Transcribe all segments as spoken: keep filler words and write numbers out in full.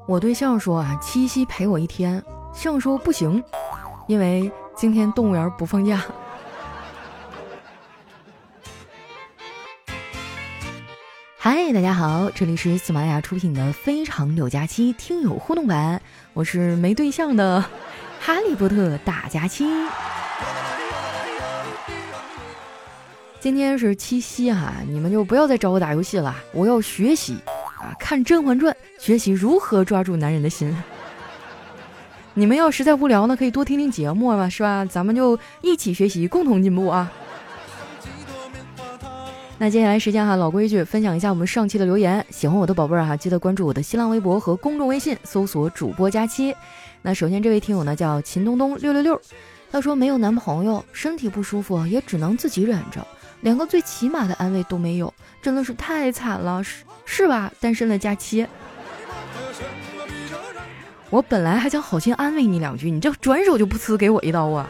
我对象说啊，七夕陪我一天，象说不行，因为今天动物园不放假。嗨，大家好，这里是喜马拉雅出品的《非常六加七》听友互动版，我是没对象的哈利波特大假期。今天是七夕啊，你们就不要再找我打游戏了，我要学习啊，看《甄嬛传》，学习如何抓住男人的心。你们要实在无聊呢，可以多听听节目嘛，是吧？咱们就一起学习，共同进步啊。那接下来时间哈，老规矩，分享一下我们上期的留言。喜欢我的宝贝儿哈，记得关注我的新浪微博和公众微信，搜索主播佳期。那首先这位听友呢叫秦东东六六六，他说没有男朋友，身体不舒服也只能自己忍着，连个最起码的安慰都没有，真的是太惨了，是是吧？单身的佳期。我本来还想好心安慰你两句，你这转手就不呲给我一刀啊！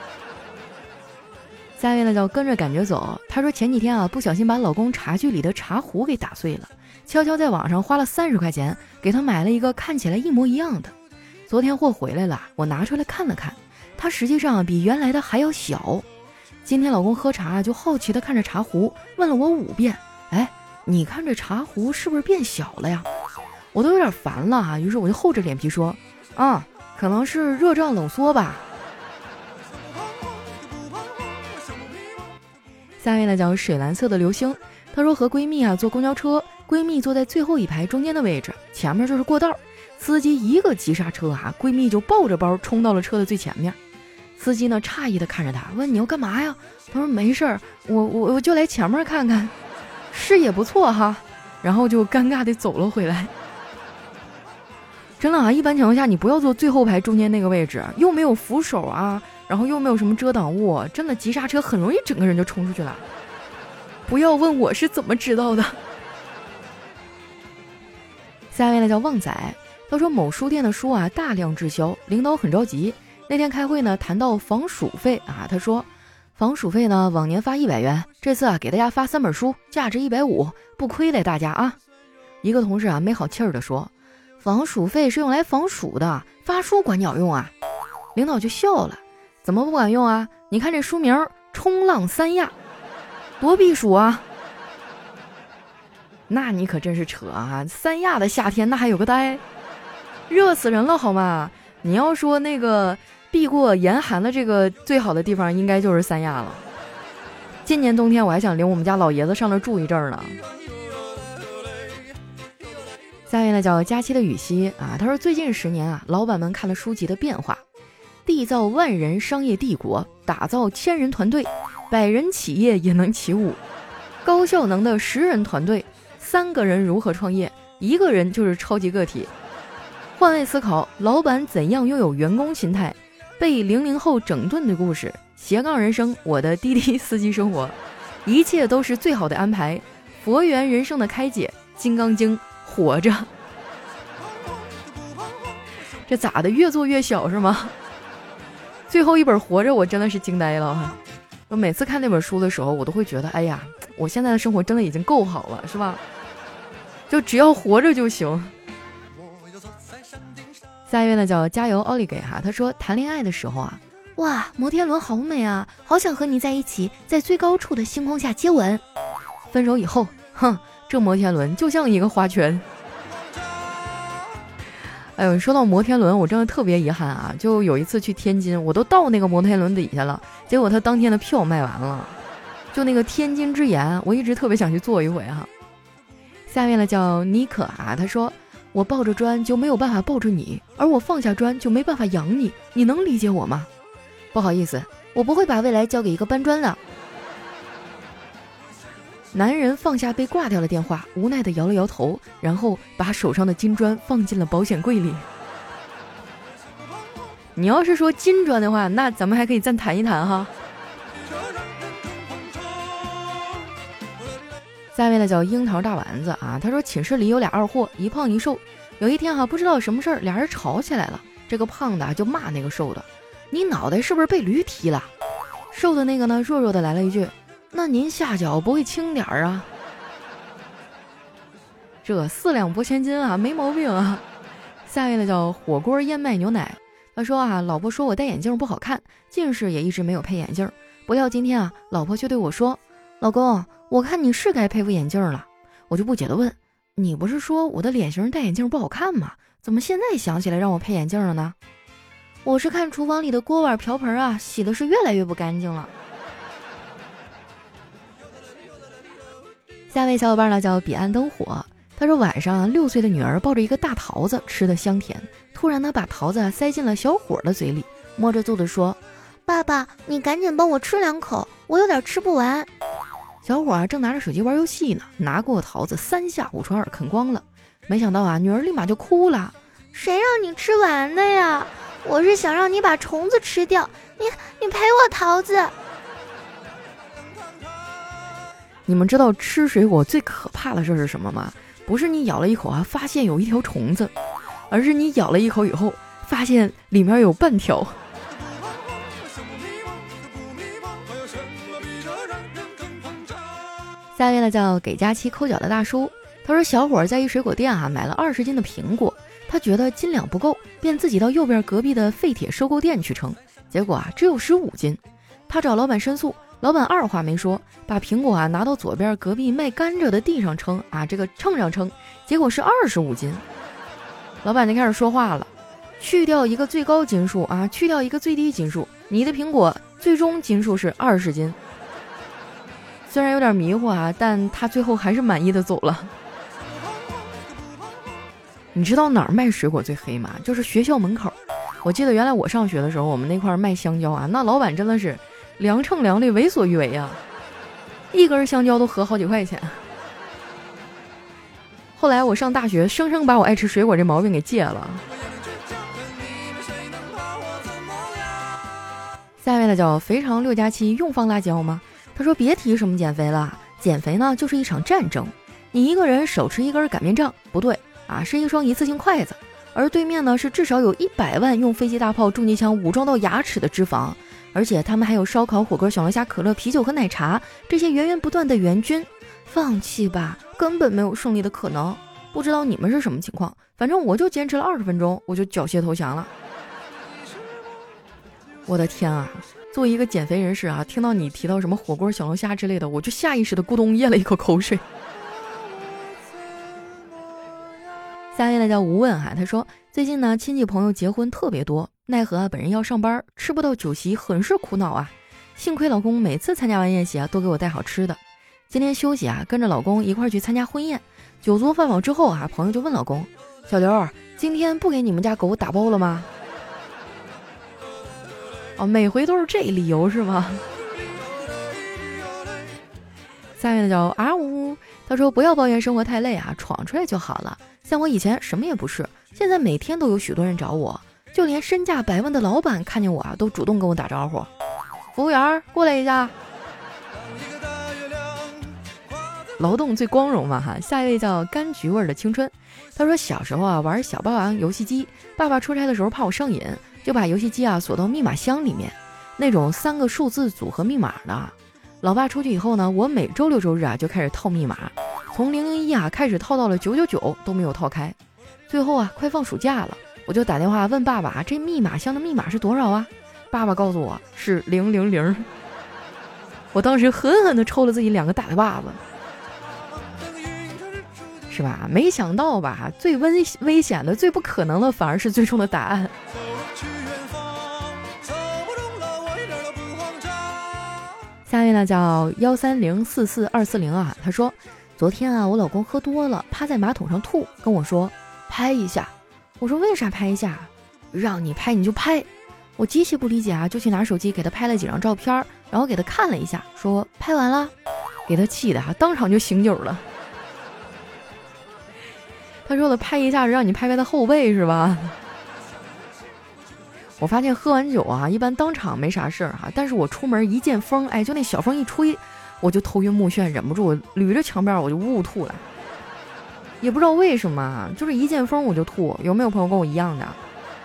下面呢叫跟着感觉走，他说前几天啊不小心把老公茶具里的茶壶给打碎了，悄悄在网上花了三十块钱给他买了一个看起来一模一样的。昨天货回来了，我拿出来看了看，它实际上比原来的还要小。今天老公喝茶就好奇的看着茶壶，问了我五遍，哎，你看这茶壶是不是变小了呀？我都有点烦了啊，于是我就厚着脸皮说，啊，可能是热胀冷缩吧。下面呢叫水蓝色的流星，她说和闺蜜啊坐公交车，闺蜜坐在最后一排中间的位置，前面就是过道，司机一个急刹车啊，闺蜜就抱着包冲到了车的最前面。司机呢诧异的看着她，问你要干嘛呀？她说没事儿，我我我就来前面看看，视野不错哈，然后就尴尬的走了回来。真的啊，一般情况下你不要坐最后排中间那个位置，又没有扶手啊，然后又没有什么遮挡物，真的急刹车很容易整个人就冲出去了。不要问我是怎么知道的。下面呢叫旺仔，他说某书店的书啊大量滞销，领导很着急。那天开会呢谈到防暑费啊，他说防暑费呢往年发一百元，这次啊给大家发三本书，价值一百五，不亏待大家啊。一个同事啊没好气儿的说，防暑费是用来防暑的，发书管鸟用啊。领导就笑了，怎么不管用啊？你看这书名冲浪三亚，多避暑啊。那你可真是扯啊，三亚的夏天那还有个呆，热死人了好吗？你要说那个避过严寒的这个最好的地方应该就是三亚了。今年冬天我还想领我们家老爷子上那住一阵儿呢。下面呢叫佳期的雨熙啊，他说最近十年啊，老板们看了书籍的变化，缔造万人商业帝国，打造千人团队，百人企业也能起舞，高效能的十人团队，三个人如何创业，一个人就是超级个体。换位思考，老板怎样拥有员工心态，被零零后整顿的故事，斜杠人生，我的滴滴司机生活，一切都是最好的安排，佛缘人生的开解，金刚经，活着。这咋的，越做越小是吗？最后一本活着我真的是惊呆了。我每次看那本书的时候，我都会觉得哎呀，我现在的生活真的已经够好了，是吧？就只要活着就行。下一位呢叫加油奥利给哈，他说谈恋爱的时候啊，哇，摩天轮好美啊，好想和你在一起，在最高处的星空下接吻。分手以后，哼，这摩天轮就像一个花圈。哎呦，说到摩天轮，我真的特别遗憾啊！就有一次去天津，我都到那个摩天轮底下了，结果他当天的票卖完了。就那个天津之眼，我一直特别想去坐一回哈。下面呢叫妮可啊，他说我抱着砖就没有办法抱着你，而我放下砖就没办法养你，你能理解我吗？不好意思，我不会把未来交给一个搬砖的。男人放下被挂掉的电话，无奈地摇了摇头，然后把手上的金砖放进了保险柜里。你要是说金砖的话，那咱们还可以再谈一谈哈。下面呢叫樱桃大丸子啊，他说寝室里有俩二货，一胖一瘦。有一天哈、啊，不知道什么事儿，俩人吵起来了。这个胖的、啊、就骂那个瘦的，你脑袋是不是被驴踢了？瘦的那个呢，弱弱的来了一句，那您下脚不会轻点儿啊？这四两拨千斤啊，没毛病啊。 下一位呢叫火锅燕麦牛奶，他说啊，老婆说我戴眼镜不好看，近视也一直没有配眼镜，不料今天啊，老婆却对我说，老公，我看你是该配副眼镜了。我就不解地问，你不是说我的脸型戴眼镜不好看吗？怎么现在想起来让我配眼镜了呢？我是看厨房里的锅碗瓢盆啊，洗的是越来越不干净了。下位小伙伴呢叫彼岸灯火，他说晚上啊，六岁的女儿抱着一个大桃子，吃的香甜，突然呢把桃子啊塞进了小伙的嘴里，摸着肚子说，爸爸，你赶紧帮我吃两口，我有点吃不完。小伙啊正拿着手机玩游戏呢，拿过桃子三下五除二啃光了，没想到啊女儿立马就哭了，谁让你吃完的呀？我是想让你把虫子吃掉，你你赔我桃子。你们知道吃水果最可怕的事是什么吗？不是你咬了一口啊发现有一条虫子，而是你咬了一口以后发现里面有半条。下面呢叫给假期抠脚的大叔，他说小伙在一水果店啊买了二十斤的苹果，他觉得斤两不够，便自己到右边隔壁的废铁收购店去称，结果啊只有十五斤。他找老板申诉，老板二话没说，把苹果啊拿到左边隔壁卖甘蔗的地上称啊，这个秤上称，结果是二十五斤。老板就开始说话了，去掉一个最高斤数啊，去掉一个最低斤数，你的苹果最终斤数是二十斤。虽然有点迷糊啊，但他最后还是满意的走了。你知道哪儿卖水果最黑吗？就是学校门口。我记得原来我上学的时候，我们那块卖香蕉啊，那老板真的是量秤量的为所欲为啊，一根香蕉都合好几块钱。后来我上大学，生生把我爱吃水果这毛病给戒了。下面呢叫肥肠六加七用放辣椒吗？他说别提什么减肥了，减肥呢就是一场战争，你一个人手持一根擀面杖不对啊，是一双一次性筷子，而对面呢是至少有一百万用飞机大炮重机枪武装到牙齿的脂肪，而且他们还有烧烤火锅小龙虾可乐啤酒和奶茶这些源源不断的援军，放弃吧，根本没有胜利的可能。不知道你们是什么情况，反正我就坚持了二十分钟，我就缴械投降了。我的天啊，作为一个减肥人士啊，听到你提到什么火锅小龙虾之类的，我就下意识的咕咚咽了一口口水。下面呢叫吴问哈，他说最近呢亲戚朋友结婚特别多，奈何啊本人要上班，吃不到酒席，很是苦恼啊。幸亏老公每次参加完宴席啊都给我带好吃的。今天休息啊，跟着老公一块去参加婚宴，酒足饭饱之后啊，朋友就问老公，小刘今天不给你们家狗打包了吗？哦，每回都是这理由是吗？下面的叫啊呜，他说不要抱怨生活太累啊，闯出来就好了。像我以前什么也不是，现在每天都有许多人找我，就连身价百万的老板看见我啊，都主动跟我打招呼。服务员过来一下。劳动最光荣嘛哈。下一位叫柑橘味的青春，他说小时候啊玩小霸王游戏机，爸爸出差的时候怕我上瘾，就把游戏机啊锁到密码箱里面，那种三个数字组合密码的。老爸出去以后呢，我每周六周日啊就开始套密码，从零零一啊开始套到了九九九都没有套开。最后啊快放暑假了，我就打电话问爸爸，这密码箱的密码是多少啊？爸爸告诉我是零零零。我当时狠狠地抽了自己两个大嘴巴子，是吧？没想到吧，最危危险的最不可能的反而是最终的答案。下面呢叫幺三零四四二四零啊，他说昨天啊我老公喝多了，趴在马桶上吐，跟我说拍一下。我说为啥拍一下？让你拍你就拍。我极其不理解啊，就去拿手机给他拍了几张照片，然后给他看了一下，说拍完了，给他气的啊当场就醒酒了。他说了拍一下让你拍拍他后背是吧？我发现喝完酒啊一般当场没啥事儿哈，但是我出门一见风，哎就那小风一吹，我就头晕目眩，忍不住我捋着墙边我就呜呜吐了。也不知道为什么，就是一见风我就吐。有没有朋友跟我一样的？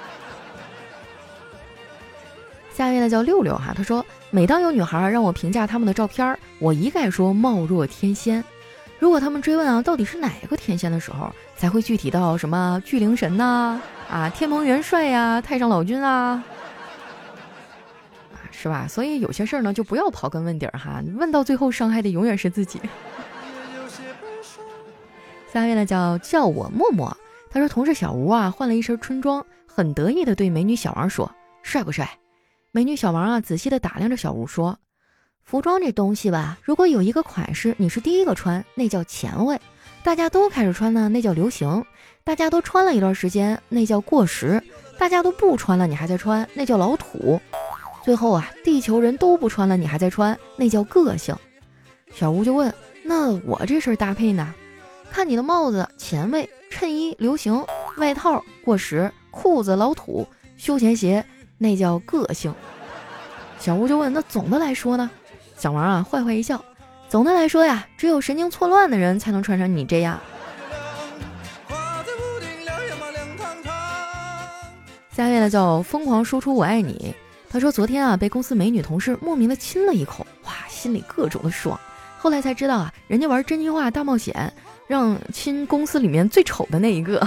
下面呢叫六六哈，他说每当有女孩让我评价他们的照片，我一概说貌若天仙。 如果他们追问啊到底是哪个天仙的时候，才会具体到什么巨灵神呐、啊，啊天蓬元帅呀、啊、太上老君啊，啊是吧？所以有些事儿呢就不要刨根问底儿哈，问到最后伤害的永远是自己。下面呢叫叫我默默，他说同事小吴啊换了一身春装，很得意的对美女小王说：“帅不帅？”美女小王啊仔细的打量着小吴说：“服装这东西吧，如果有一个款式你是第一个穿，那叫前卫；大家都开始穿呢，那叫流行；大家都穿了一段时间，那叫过时；大家都不穿了，你还在穿，那叫老土；最后啊，地球人都不穿了，你还在穿，那叫个性。”小吴就问：“那我这身搭配呢？看你的帽子前卫，衬衣流行，外套过时，裤子老土，休闲鞋那叫个性。”小吴就问：“那总的来说呢？”小王啊坏坏一笑：“总的来说呀，只有神经错乱的人才能穿成你这样。”下面呢叫疯狂输出我爱你，他说昨天啊被公司美女同事莫名的亲了一口，哇，心里各种的爽。后来才知道啊，人家玩真心话大冒险，让亲公司里面最丑的那一个。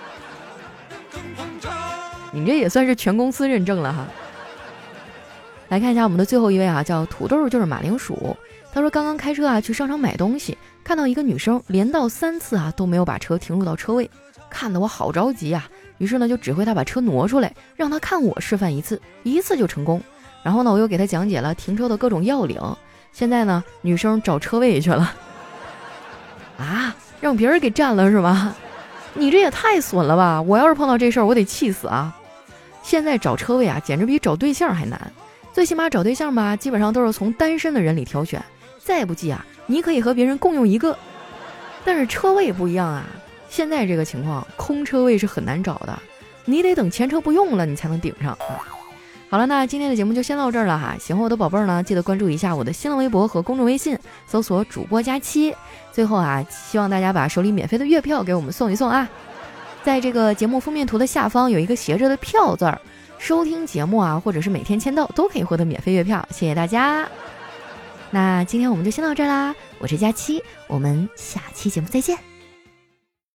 你这也算是全公司认证了哈。来看一下我们的最后一位啊，叫土豆就是马铃薯。他说刚刚开车啊去商场买东西，看到一个女生连到三次啊都没有把车停入到车位，看得我好着急啊。于是呢就指挥她把车挪出来，让她看我示范一次，一次就成功。然后呢我又给她讲解了停车的各种要领。现在呢女生找车位去了。啊，让别人给占了是吗？你这也太损了吧！我要是碰到这事儿我得气死啊。现在找车位啊简直比找对象还难。最起码找对象吧，基本上都是从单身的人里挑选，再不济啊，你可以和别人共用一个。但是车位不一样啊，现在这个情况，空车位是很难找的，你得等前车不用了，你才能顶上。好了，那今天的节目就先到这儿了哈。喜欢我的宝贝儿呢，记得关注一下我的新浪微博和公众微信，搜索主播佳期。最后啊，希望大家把手里免费的月票给我们送一送啊。在这个节目封面图的下方有一个斜着的票字儿。收听节目啊，或者是每天签到都可以获得免费月票，谢谢大家。那今天我们就先到这儿啦，我是佳期，我们下期节目再见。